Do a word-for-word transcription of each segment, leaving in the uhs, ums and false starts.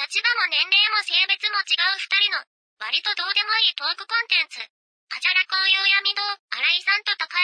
立場も年齢も性別も違う二人の、割とどうでもいいトークコンテンツ。あじゃらこういう闇堂、新井さんと高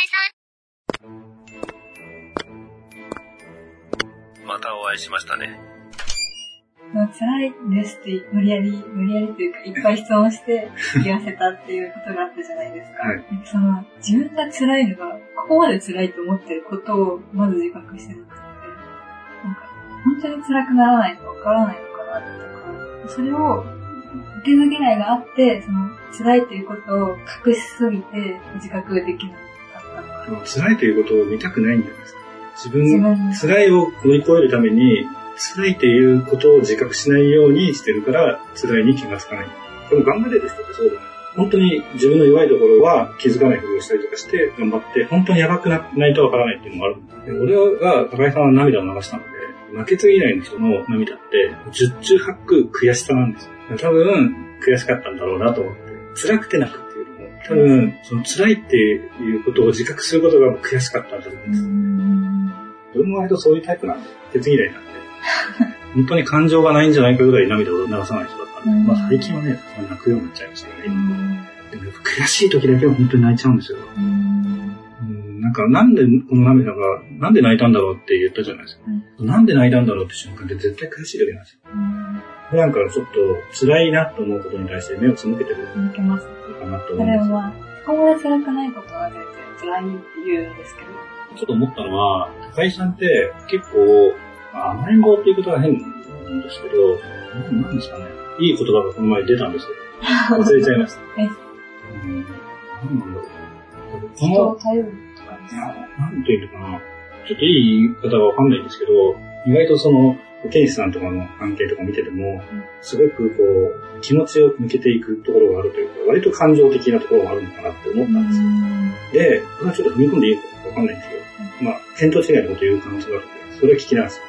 井さん。またお会いしましたね。 辛いですって無理やり、無理やりというかいっぱい質問して言わせたっていうことがあったじゃないですか。はい、その自分が辛いのがここまで辛いと思ってることをまず自覚してなくて、なんか本当に辛くならないとわからないのかなとか、それを受け付けないがあって、その辛いということを隠しすぎて自覚できなかったのか。 辛いということを見たくないんじゃないですか。自分、自分辛いを乗り越えるために辛いということを自覚しないようにしてるから辛いに気がつかない。でも頑張れる人ってそうだよね。本当に自分の弱いところは気づかないふりをしたりとかして頑張って本当にやばくなないとわからないっていうのもある。で俺が高井さんは涙を流したので、負けず嫌いの人の涙って十中八九悔しさなんですよ。多分悔しかったんだろうなと思って、辛くて泣くっていうのも多分その辛いっていうことを自覚することが悔しかったんだと思うんです。俺も割とそういうタイプなんで、負けず嫌いなんで本当に感情がないんじゃないかぐらい涙を流さない人だったんで、まあ最近はね、泣くようになっちゃいましたね。でもやっぱ悔しい時だけは本当に泣いちゃうんですよ。うんなんかなんでこの涙が、なんで泣いたんだろうって言ったじゃないですか。うん、なんで泣いたんだろうって瞬間って絶対悔しい時なんですよ。普段からちょっと辛いなと思うことに対して目をつむけてるのかなと思います。それは、そこまで辛くないことは全然辛いって言うんですけど。 ちょっと思ったのは、高井さんって結構、甘えん坊っていうことは変なんですけど、何ですかね。いい言葉がこの前出たんですけど、忘れちゃいました。えうん、何なんだろう。この人を頼るとかですか？ なんていうのかな。ちょっといい言い方はわかんないんですけど、意外とその、テニスさんとかの関係とか見てても、うん、すごくこう、気持ちを向けていくところがあるというか、割と感情的なところがあるのかなって思ったんですよ。で、これはちょっと踏み込んでいいのかわかんないんですけど、うん、まあ、見当違いのことを言う可能性があるので、それを聞きなんですよ。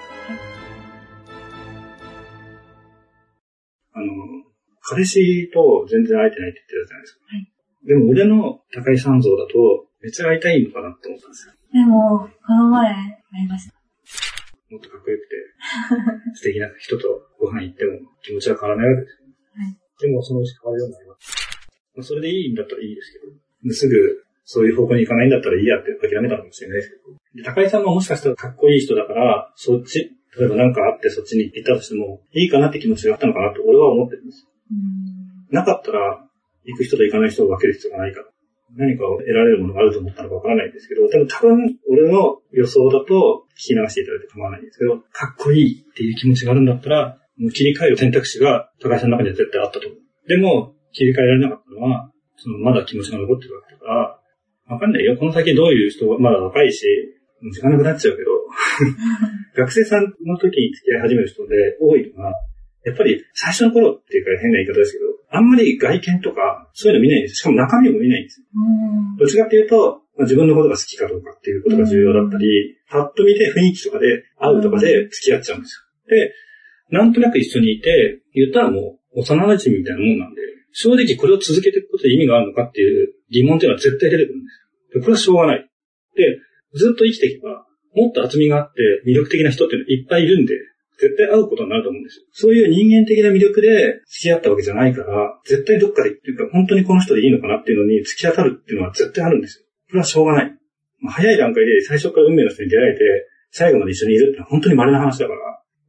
あの、彼氏と全然会えてないって言ってたじゃないですか。はい、でも俺の高井さん像だと、めっちゃ会いたいのかなって思ったんですよ。 でも、この前、会いました。 もっとかっこよくて、素敵な人とご飯行っても気持ちは変わらないわけですよ。はい、でもそのうち変わるようになります。まあ、それでいいんだったらいいですけど、すぐそういう方向に行かないんだったらいいやって諦めたのかもしれないですけど。で高井さんももしかしたらかっこいい人だから、そっち、例えばなんかあってそっちに行ったとしてもいいかなって気持ちがあったのかなと俺は思ってるんですよ。うんなかったら行く人と行かない人を分ける必要がないから。何かを得られるものがあると思ったのかわからないんですけど、でも多分俺の予想だと聞き流していただいて構わないんですけど、かっこいいっていう気持ちがあるんだったら、もう切り替える選択肢が高橋さんの中には絶対あったと思う。でも、切り替えられなかったのは、そのまだ気持ちが残ってるわけだから、わかんないよ。この先どういう人が、まだ若いし、時間なくなっちゃうけど、学生さんの時に付き合い始める人で多いのが、やっぱり最初の頃っていうか変な言い方ですけど、あんまり外見とかそういうの見ないんです。しかも中身も見ないんですよ。どっちかっていうと、まあ、自分のことが好きかどうかっていうことが重要だったり、パッと見て雰囲気とかで会うとかで付き合っちゃうんですよ。で、なんとなく一緒にいて、言ったらもう幼馴染みたいなもんなんで、正直これを続けていくことで意味があるのかっていう疑問っていうのは絶対出てくるんですよ。でこれはしょうがない。で、ずっと生きていけば、もっと厚みがあって魅力的な人っていうのいっぱいいるんで、絶対会うことになると思うんですよ。そういう人間的な魅力で付き合ったわけじゃないから、絶対どっかでっていうか、本当にこの人でいいのかなっていうのに付き当たるっていうのは絶対あるんですよ。これはしょうがない。まあ、早い段階で最初から運命の人に出会えて、最後まで一緒にいるってのは本当に稀な話だから。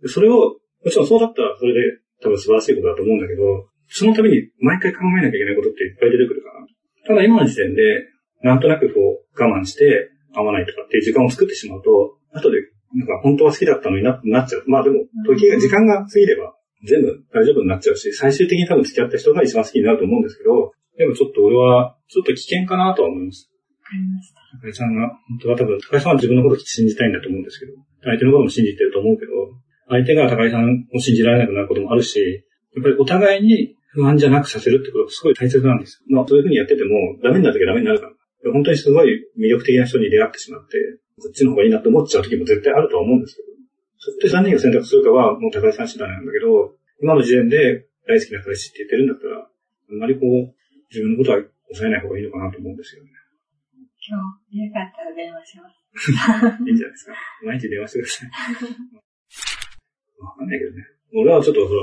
それを、もちろんそうだったらそれで多分素晴らしいことだと思うんだけど、そのために毎回考えなきゃいけないことっていっぱい出てくるから。ただ今の時点で、なんとなくこう我慢して会わないとかっていう時間を作ってしまうと、後でなんか本当は好きだったのに な, なっちゃう。まあでも、時が、時間が過ぎれば全部大丈夫になっちゃうし、最終的に多分付き合った人が一番好きになると思うんですけど、でもちょっと俺は、ちょっと危険かなとは思います。 わかりました。 高井さんが、本当は多分、高井さんは自分のことを信じたいんだと思うんですけど、相手のことも信じてると思うけど、相手が高井さんを信じられなくなることもあるし、やっぱりお互いに不安じゃなくさせるってことがすごい大切なんですよ。まあそういう風にやってても、ダメになるときはダメになるから。本当にすごい魅力的な人に出会ってしまって、こっちの方がいいなって思っちゃう時も絶対あるとは思うんですけど、そってさんにんを選択するかはもう高井さん次第なんだけど、今の時点で大好きな彼氏って言ってるんだったら、あんまりこう、自分のことは抑えない方がいいのかなと思うんですよね。 今日、よかったら電話します。 いいんじゃないですか。毎日電話してください。わかんないけどね。俺はちょっとほら、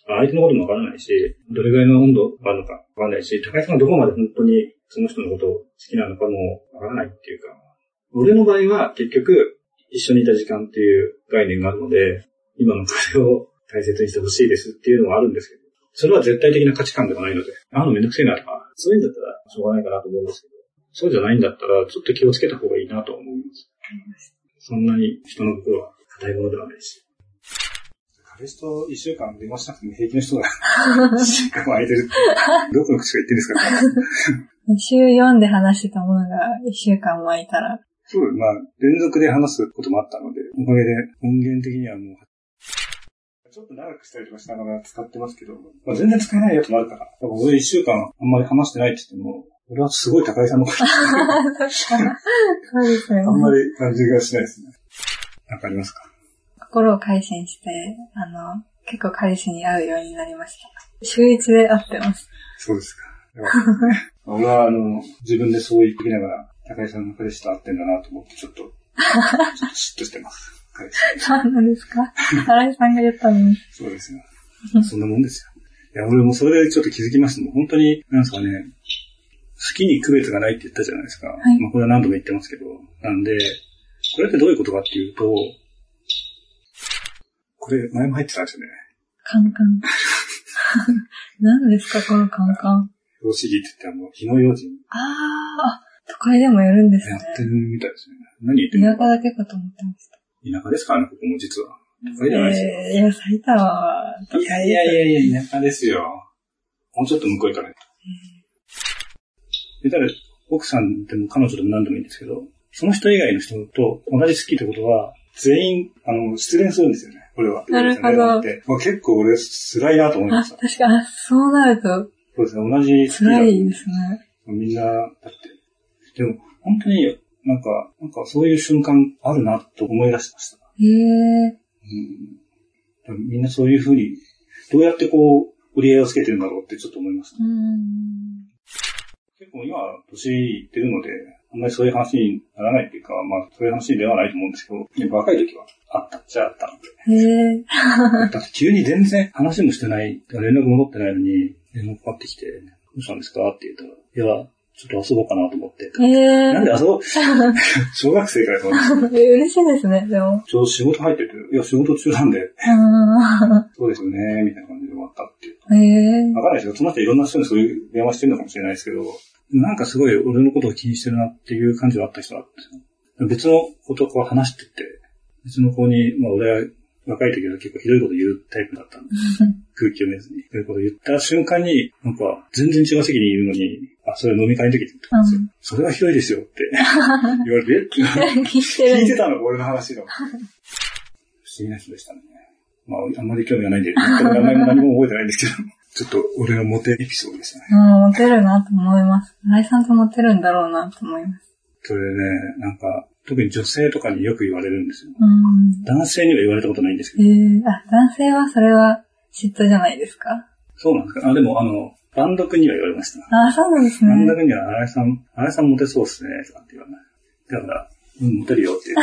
相手のこともわからないし、どれぐらいの温度があるのかわからないし、高井さんがどこまで本当にその人のことを好きなのかもわからないっていうか、俺の場合は結局一緒にいた時間っていう概念があるので、今の彼を大切にしてほしいですっていうのはあるんですけど、それは絶対的な価値観ではないので、あのめんどくせえなとか、そういうんだったらしょうがないかなと思うんですけど、そうじゃないんだったらちょっと気をつけた方がいいなと思います。そんなに人の心は硬いものではないし。彼氏と一週間電話しなくても平気な人が一週間空いてるって、どこの口が言ってるんですか週よんで話してたものが一週間も空いたら。 そうです。まあ、連続で話すこともあったので、おかげで音源的にはもう、ちょっと長くしたりとかしながら使ってますけど、まあ、全然使えないやつもあるから、だから俺一週間あんまり話してないって言っても、俺はすごい高井さんのことそうですよね。 あんまり感じがしないですね。わかりますか？ 心を改心して、あの、結構彼氏に会うようになりました。週一で会ってます。 そうですか。俺はあの、自分でそう言ってきながら、高井さんの彼氏と会ってんだなと思って、ちょっと、ちょっと嫉妬してます。彼氏。 そうなんですか？新井さんが言ったのに。 そうですよ。そんなもんですよ。いや、俺もそれでちょっと気づきましたもん。本当に、なんですかね、好きに区別がないって言ったじゃないですか。はい、まあこれは何度も言ってますけど。なんで、これってどういうことかっていうと、これ前も入ってたんですよね。 カンカン。何ですかこのカンカン。 用紙着って言っても火の用心。 ああ、都会でもやるんですね。 やってるみたいですね。何言ってるの？ 田舎だけかと思ってました。 田舎ですかね、ここも実は。都会じゃないですよ。 えー、いや、埼玉は。 いやいやいやいや、田舎ですよ。もうちょっと向こう行かないと。えー、だから奥さんでも彼女でも何でもいいんですけど、その人以外の人と同じ好きってことは、全員、あの、失恋するんですよね、これは。 なるほど。 まあ、結構俺、辛いなと思いました。 あ、確かに、そうなると。 そうですね、同じ好きだ。 辛いですね。 みんな、だって。でも、本当になんか、なんかそういう瞬間あるなと思い出しました。 へー。 うん。みんなそういう風に、どうやってこう、折り合いをつけてるんだろうってちょっと思います、ね。 うん結構今、年いってるので、あんまりそういう話にならないっていうか、まあ、そういう話ではないと思うんですけど、若い時はあったっちゃあったので。 へー。 だって急に全然話もしてない、連絡も取ってないのに、連絡かかってきて、どうしたんですかって言ったら、いや、ちょっと遊ぼうかなと思って。 へー。 なんで遊ぼう小学生からそうです。 嬉しいですね、でも。 ちょうど仕事入ってて、いや、仕事中なんで。そうですよね、みたいな感じで終わったっていう。 へー。 わかんないですよ。その人いろんな人にそういう電話してるのかもしれないですけど、なんかすごい俺のことを気にしてるなっていう感じはあった人だったんですよ。別のことをこう話してて、別の子に、まあ俺は若い時は結構ひどいこと言うタイプだったんで、空気読めずに。そういうことを言った瞬間に、なんか全然違う席にいるのに、あ、それ飲み会の時って言ったんですよ。うん、それはひどいですよって言われて、聞いてたの俺の話だ。不思議な人でしたね。まああんまり興味がないんで、名前も何も覚えてないんですけど。ちょっと俺のモテエピソードでしたね。 うん、モテるなと思います。新井さんとモテるんだろうなと思います。 それね、なんか、特に女性とかによく言われるんですよ。 うん、 男性には言われたことないんですけど。 えー、あ、男性はそれは嫉妬じゃないですか？ そうなんですか？あ、でもあの、バンド君には言われました。 あ、そうなんですね。 バンド君には新井さん、新井さんモテそうっすね、とかって言わない。だから、うん、モテるよって言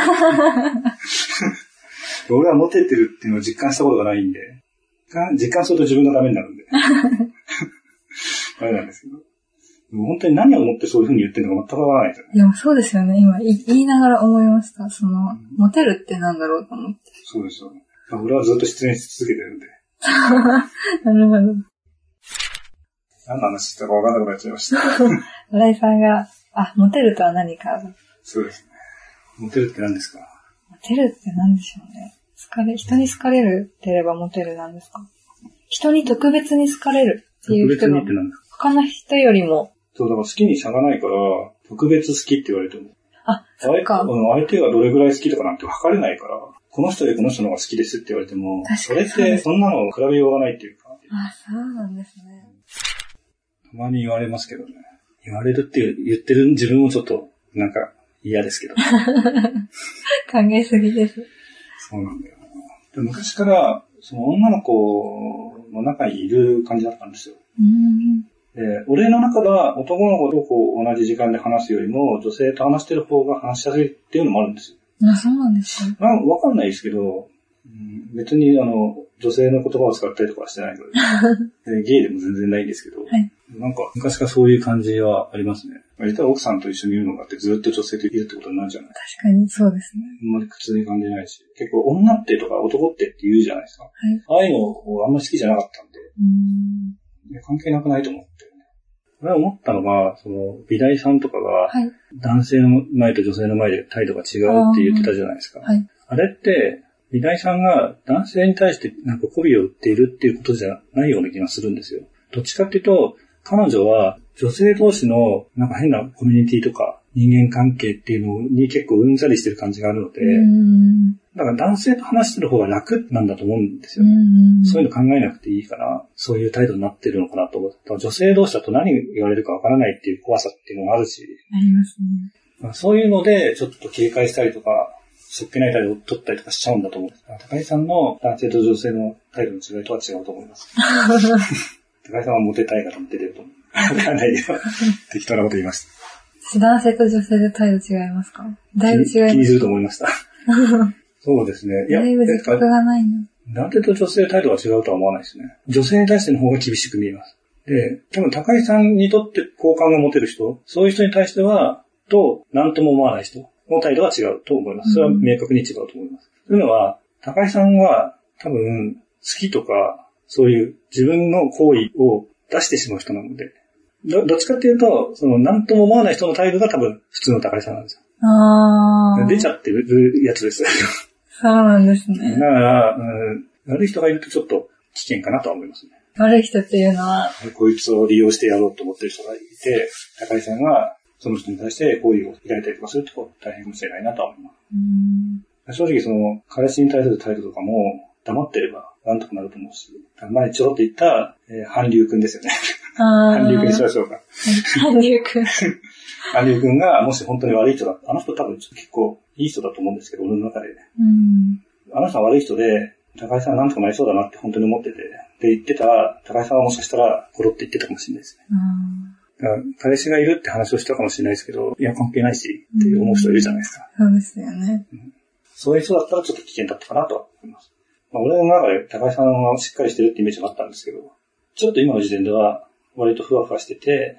う。俺はモテてるっていうのを実感したことがないんで、実感すると自分がダメになるんで。あれなんですけど。本当に何を思ってそういう風に言ってるのか全くわからないですよね。 いや、そうですよね。今言いながら思いました。その、うん、モテるってなんだろうと思って。 そうですよね。俺はずっと出演し続けてるんで。 なるほど。 何の話したかわからなくなっちゃいました。 新井さんが、あ、モテるとは何か。 そうですね。モテるって何ですか？ モテるって何でしょうね。好かれ、人に好かれるって言えばモテるなんですか？人に特別に好かれるっていう人が。特別にって何ですか？他の人よりも。 そう、だから好きに差がないから、特別好きって言われても。 あ、そっか。 相手がどれぐらい好きとかなんて測れないから、この人でこの人の方が好きですって言われても、それってそんなの比べようがないっていうか。 あ、そうなんですね。 たまに言われますけどね。言われるって言ってる自分もちょっと、なんか嫌ですけど。 考えすぎです。 そうなんだよな。で昔から、その女の子の中にいる感じだったんですよ。 うんで、俺の中では男の子とこう同じ時間で話すよりも女性と話してる方が話しやすいっていうのもあるんですよ。 あ、そうなんですか。 まあ、わかんないですけど、うん、別にあの、 女性の言葉を使ったりとかはしてないので、ゲイでも全然ないんですけど、はい、なんか昔からそういう感じはありますね。実は奥さんと一緒にいるのがあってずっと女性といるってことになるじゃない。 確かにそうですね。 あんまり苦痛に感じないし、結構女ってとか男ってって言うじゃないですか。はい、ああいうのをあんまり好きじゃなかったんで、うーん関係なくないと思って。俺は思ったのが、その、美大さんとかが、男性の前と女性の前で態度が違うって言ってたじゃないですか。はい、あれって、美大さんが男性に対してなんか媚びを売っているっていうことじゃないような気がするんですよ。どっちかっていうと、彼女は女性同士のなんか変なコミュニティとか人間関係っていうのに結構うんざりしてる感じがあるので、うんだから男性と話してる方が楽なんだと思うんですよ。うんそういうの考えなくていいから、そういう態度になってるのかなと思って。女性同士だと何言われるかわからないっていう怖さっていうのがあるし。 ありますね。 そういうのでちょっと警戒したりとか、そっけない態度を取ったりとかしちゃうんだと思う。高井さんの男性と女性の態度の違いとは違うと思います。高井さんはモテたいが出てると思う。わかんないけど、適当なこと言いました。 男性と女性で態度違いますか？だいぶ違います。 気にすると思いました。そうですね。 いや、だいぶ自覚がないの。 男性と女性態度が違うとは思わないですね。女性に対しての方が厳しく見えます。で、多分高井さんにとって好感が持てる人、そういう人に対しては、と、何とも思わない人の態度は違うと思います。それは明確に違うと思います。というのは、高井さんは多分、好きとか、そういう自分の行為を出してしまう人なので、ど, どっちかっていうと、その何とも思わない人の態度が多分普通の高井さんなんですよ。ああ。出ちゃってるやつです。 そうなんですね。 だから、うん、悪い人がいるとちょっと危険かなとは思いますね。 悪い人っていうのはこいつを利用してやろうと思ってる人がいて、高井さんがその人に対して好意を抱いたりとかすると大変かもしれないなとは思います。うん正直その、彼氏に対する態度とかも黙ってればなんとかなると思うし、前ちょろっと言った、えー、韓流くんですよね。韓流くんにしましょうか。 韓流くん。 韓流くんがもし本当に悪い人だった、あの人多分結構いい人だと思うんですけど、俺の中で。うんあの人は悪い人で、高井さんはなんとかなりそうだなって本当に思ってて、で言ってたら、高井さんはもしかしたらコロって言ってたかもしれないですね。だから彼氏がいるって話をしたかもしれないですけど、いや関係ないしって思う人いるじゃないですか。 そうですよね、うん。 そういう人だったらちょっと危険だったかなとは思います。まあ、俺の中で高井さんはしっかりしてるってイメージがあったんですけど、ちょっと今の時点では割とふわふわしてて、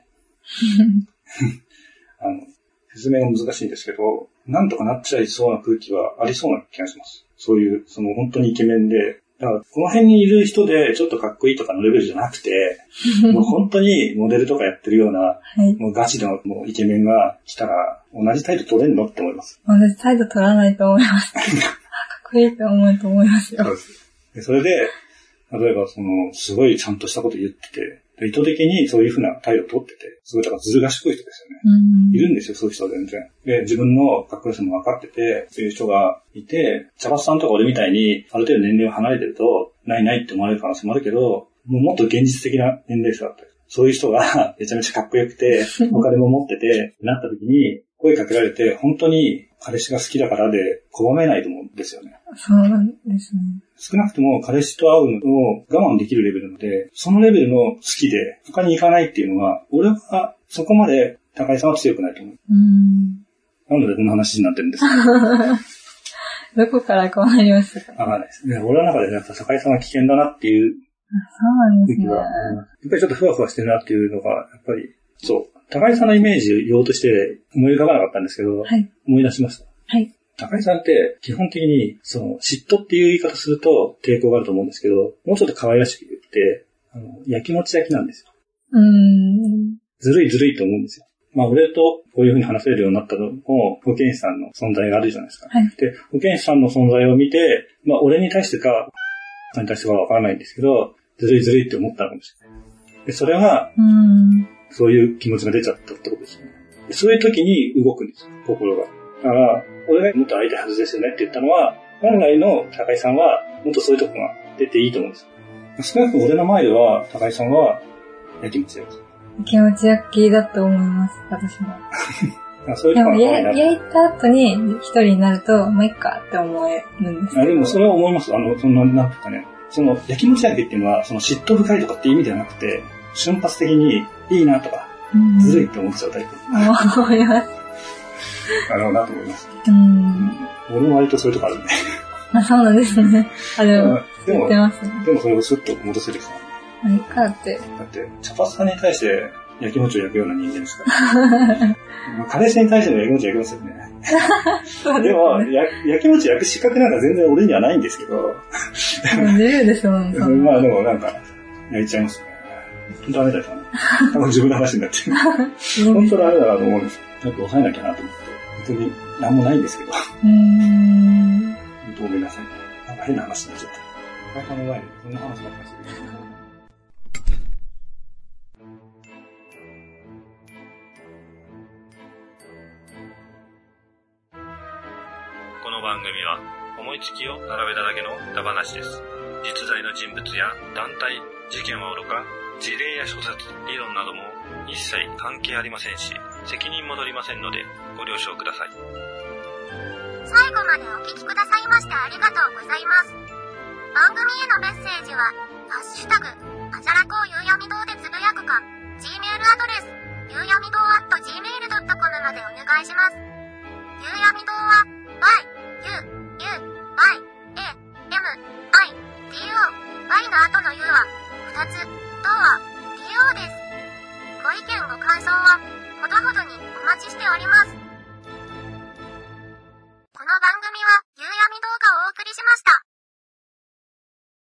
あの、説明が難しいんですけど、なんとかなっちゃいそうな空気はありそうな気がします。そういう、その本当にイケメンで、だからこの辺にいる人でちょっとかっこいいとかのレベルじゃなくて、もう本当にモデルとかやってるような、はい、もうガチのもうイケメンが来たら、同じ態度取れんのって思います。 同じ態度取らないと思います。かっこいいと思うと思いますよ。 そうです。でそれで、例えばその、すごいちゃんとしたこと言ってて、意図的にそういうふうな態度を取ってて、すごいだからずる賢い人ですよね。うん、いるんですよ、そういう人は全然。で、自分のかっこよさも分かってて、そういう人がいて、茶髪さんとか俺みたいに、ある程度年齢を離れてると、ないないって思われる可能性もあるけど、もうもっと現実的な年齢差だったり、そういう人がめちゃめちゃかっこよくて、お金も持ってて、なった時に、声かけられて、本当に彼氏が好きだからで拒めないと思うんですよね。 そうなんですね。 少なくとも彼氏と会うのを我慢できるレベルなので、そのレベルの好きで他に行かないっていうのは、俺はそこまで高井さんは強くないと思う。うーんなのでこんな話になってるんですかどこからこうなりましたか？ わかんないです。ね、俺の中でやっぱ高井さんは危険だなっていう。 そうなんですね。やっぱりちょっとふわふわしてるなっていうのが、やっぱり、そう。高井さんのイメージを言おうとして思い浮かばなかったんですけど、はい、思い出しました。はい。高井さんって基本的にその嫉妬っていう言い方すると抵抗があると思うんですけど、もうちょっと可愛らしく言って、あの、やきもち焼きなんですよ。うーん。ずるいずるいと思うんですよ。まあ俺とこういう風に話せるようになったのも保健師さんの存在があるじゃないですか。はい。で、保健師さんの存在を見て、まあ俺に対してか、さんに対してはわからないんですけど、ずるいずるいって思ったのかもしれない。で、それは、うーん。そういう気持ちが出ちゃったってことですよね。そういう時に動くんですよ、心が。だから、俺がもっと会いたいはずですよねって言ったのは、本来の高井さんは、もっとそういうとこが出ていいと思うんですよ。少なくとも俺の前では、高井さんは、やきもち焼き。 気持ち焼きだと思います、私も。 そういうとこがや焼いた後に一人になると、まあ、いっかって思えるんですけど。 でもそれは思います。あの、そんな、なんていうかね、その、やきもち焼きっていうのは、その嫉妬深いとかっていう意味ではなくて、瞬発的にいいなとか、うん、ずるいって思っちゃうタイプ。 思います。 なるほどなと思います。うん。俺も割とそういうとこあるんで。 あ、そうなんですね。あ、でも、言ってますね。 でもそれをスッと戻せる人なんで。何かって。 だって、茶髪さんに対して焼きもちを焼くような人間ですから。まあ、彼氏に対しての焼きもち焼きますよね。そうですね。でもや、焼きもち焼く資格なんか全然俺にはないんですけど。 自由ですもんね。 まあでもなんか、焼いちゃいますね。本当ダメだよね。自分の話になってる。本当ダメだなと思うんですよ。ちょっと抑えなきゃなと思って。本当に何もないんですけど。うーん。本当ごめんなさい。なんか変な話になっちゃった。会社の前でそんな話ばっかりする。 この番組は思いつきを並べただけの歌話です。実在の人物や団体、事件はおろか、事例や諸説、理論なども一切関係ありませんし、責任も取りませんのでご了承ください。 最後までお聞きくださいましてありがとうございます。番組へのメッセージは、ハッシュタグ、あじゃらこうゆうやみ堂でつぶやくか、Gmail アドレス、ゆうやみ堂 at ジーメールドットコム までお願いします。ゆうやみ堂は、y, u, u, y, a, m, i, d, o, y の後の u は、ふたつ、堂は、do です。ご意見ご感想は、ほどほどにお待ちしております。